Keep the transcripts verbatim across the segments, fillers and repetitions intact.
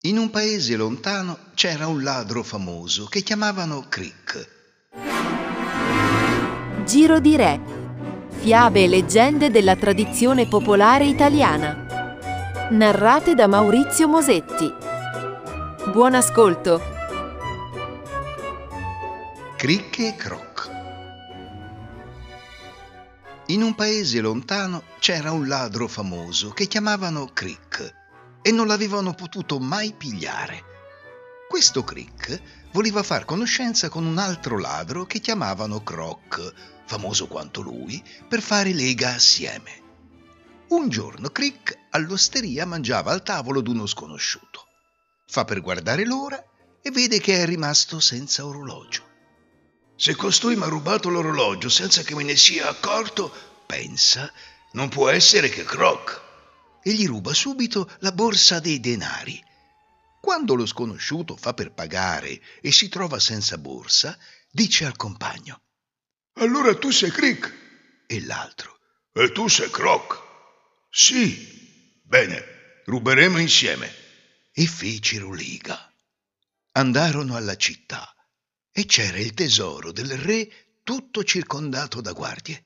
In un paese lontano c'era un ladro famoso che chiamavano Crick. Giro di Re. Fiabe e leggende della tradizione popolare italiana. Narrate da Maurizio Mosetti. Buon ascolto. Crick e Croc. In un paese lontano c'era un ladro famoso che chiamavano Crick e non l'avevano potuto mai pigliare. Questo Crick voleva far conoscenza con un altro ladro che chiamavano Croc, famoso quanto lui, per fare lega assieme. Un giorno Crick all'osteria mangiava al tavolo d'uno sconosciuto. Fa per guardare l'ora e vede che è rimasto senza orologio. Se costui mi ha rubato l'orologio senza che me ne sia accorto, pensa, non può essere che Croc. E gli ruba subito la borsa dei denari. Quando lo sconosciuto fa per pagare e si trova senza borsa, dice al compagno: «Allora tu sei Crick?» E l'altro: «E tu sei Croc?» «Sì, bene, ruberemo insieme». E fecero lega. Andarono alla città e c'era il tesoro del re tutto circondato da guardie.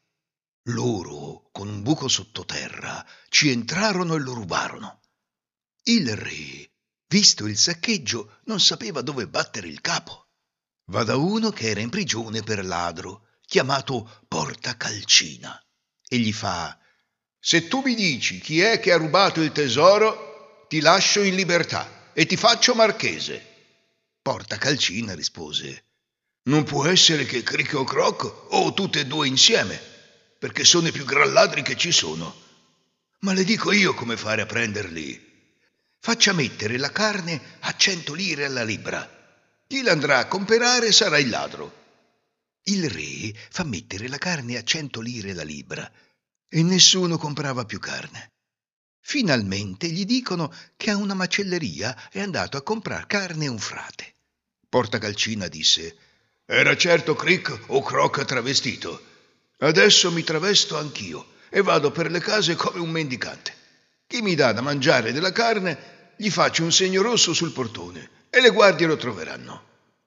Loro, con un buco sottoterra, ci entrarono e lo rubarono. Il re, visto il saccheggio, non sapeva dove battere il capo. Va da uno che era in prigione per ladro, chiamato Portacalcina, e gli fa: «Se tu mi dici chi è che ha rubato il tesoro, ti lascio in libertà e ti faccio marchese». Portacalcina rispose: «Non può essere che Crick o Croc o tutte e due insieme, perché sono i più gran ladri che ci sono. Ma le dico io come fare a prenderli. Faccia mettere la carne a cento lire alla libra. Chi l'andrà a comperare sarà il ladro». Il re fa mettere la carne a cento lire la libra e nessuno comprava più carne. Finalmente gli dicono che a una macelleria è andato a comprar carne un frate. Portacalcina disse: «Era certo Crick o Croc travestito. Adesso mi travesto anch'io e vado per le case come un mendicante. Chi mi dà da mangiare della carne, gli faccio un segno rosso sul portone e le guardie lo troveranno».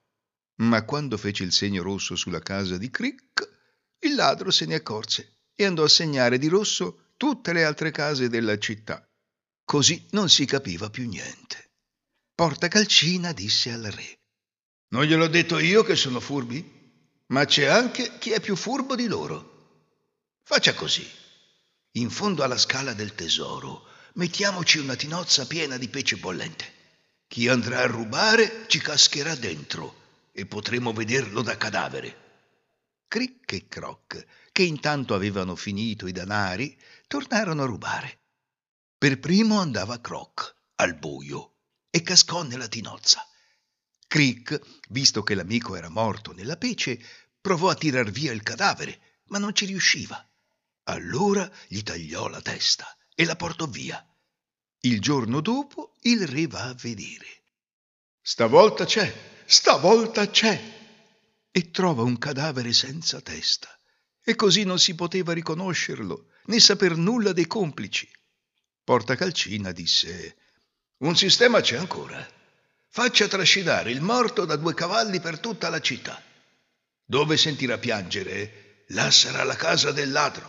Ma quando fece il segno rosso sulla casa di Crick, il ladro se ne accorse e andò a segnare di rosso tutte le altre case della città. Così non si capiva più niente. Portacalcina disse al re: «Non gliel'ho detto io che sono furbi? Ma c'è anche chi è più furbo di loro. Faccia così. In fondo alla scala del tesoro mettiamoci una tinozza piena di pece bollente. Chi andrà a rubare ci cascherà dentro e potremo vederlo da cadavere». Crick e Croc, che intanto avevano finito i danari, tornarono a rubare. Per primo andava Croc, al buio, e cascò nella tinozza. Crick, visto che l'amico era morto nella pece, provò a tirar via il cadavere, ma non ci riusciva. Allora gli tagliò la testa e la portò via. Il giorno dopo il re va a vedere. «Stavolta c'è, stavolta c'è!» E trova un cadavere senza testa, e così non si poteva riconoscerlo, né saper nulla dei complici. Portacalcina disse: «Un sistema c'è ancora. Faccia trascinare il morto da due cavalli per tutta la città. Dove sentirà piangere, là sarà la casa del ladro».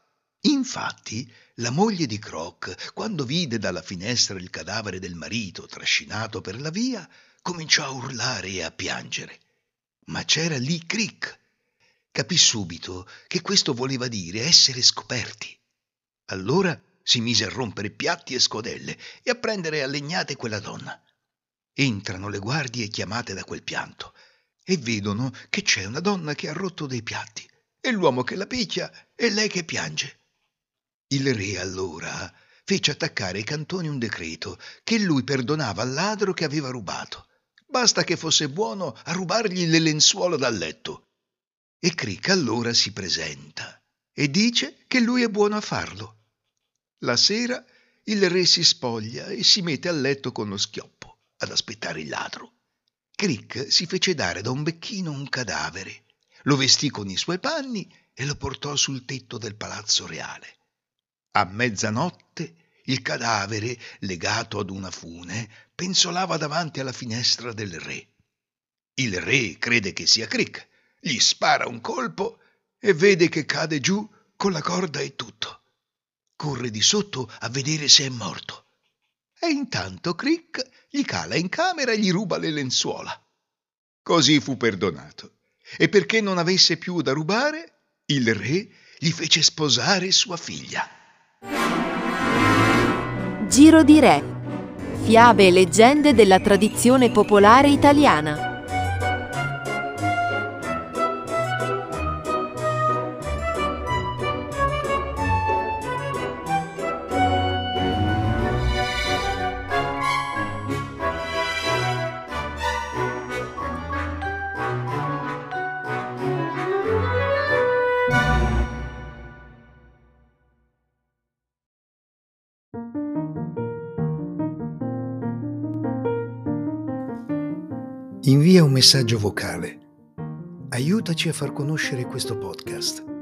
Infatti, la moglie di Croc, quando vide dalla finestra il cadavere del marito trascinato per la via, cominciò a urlare e a piangere. Ma c'era lì Crick. Capì subito che questo voleva dire essere scoperti. Allora si mise a rompere piatti e scodelle e a prendere a legnate quella donna. Entrano le guardie chiamate da quel pianto e vedono che c'è una donna che ha rotto dei piatti e l'uomo che la picchia e lei che piange. Il re allora fece attaccare ai cantoni un decreto che lui perdonava al ladro che aveva rubato. Basta che fosse buono a rubargli le lenzuola dal letto. E Crick allora si presenta e dice che lui è buono a farlo. La sera il re si spoglia e si mette a letto con lo schioppo ad aspettare il ladro. Crick si fece dare da un becchino un cadavere, lo vestì con i suoi panni e lo portò sul tetto del palazzo reale. A mezzanotte Il cadavere, legato ad una fune, penzolava davanti alla finestra del re. Il re crede che sia Crick, gli spara un colpo e vede che cade giù con la corda e tutto. Corre di sotto a vedere se è morto. E intanto Crick gli cala in camera e gli ruba le lenzuola. Così fu perdonato. E perché non avesse più da rubare, il re gli fece sposare sua figlia. Giro di Re. Fiabe e leggende della tradizione popolare italiana. Invia un messaggio vocale. Aiutaci a far conoscere questo podcast.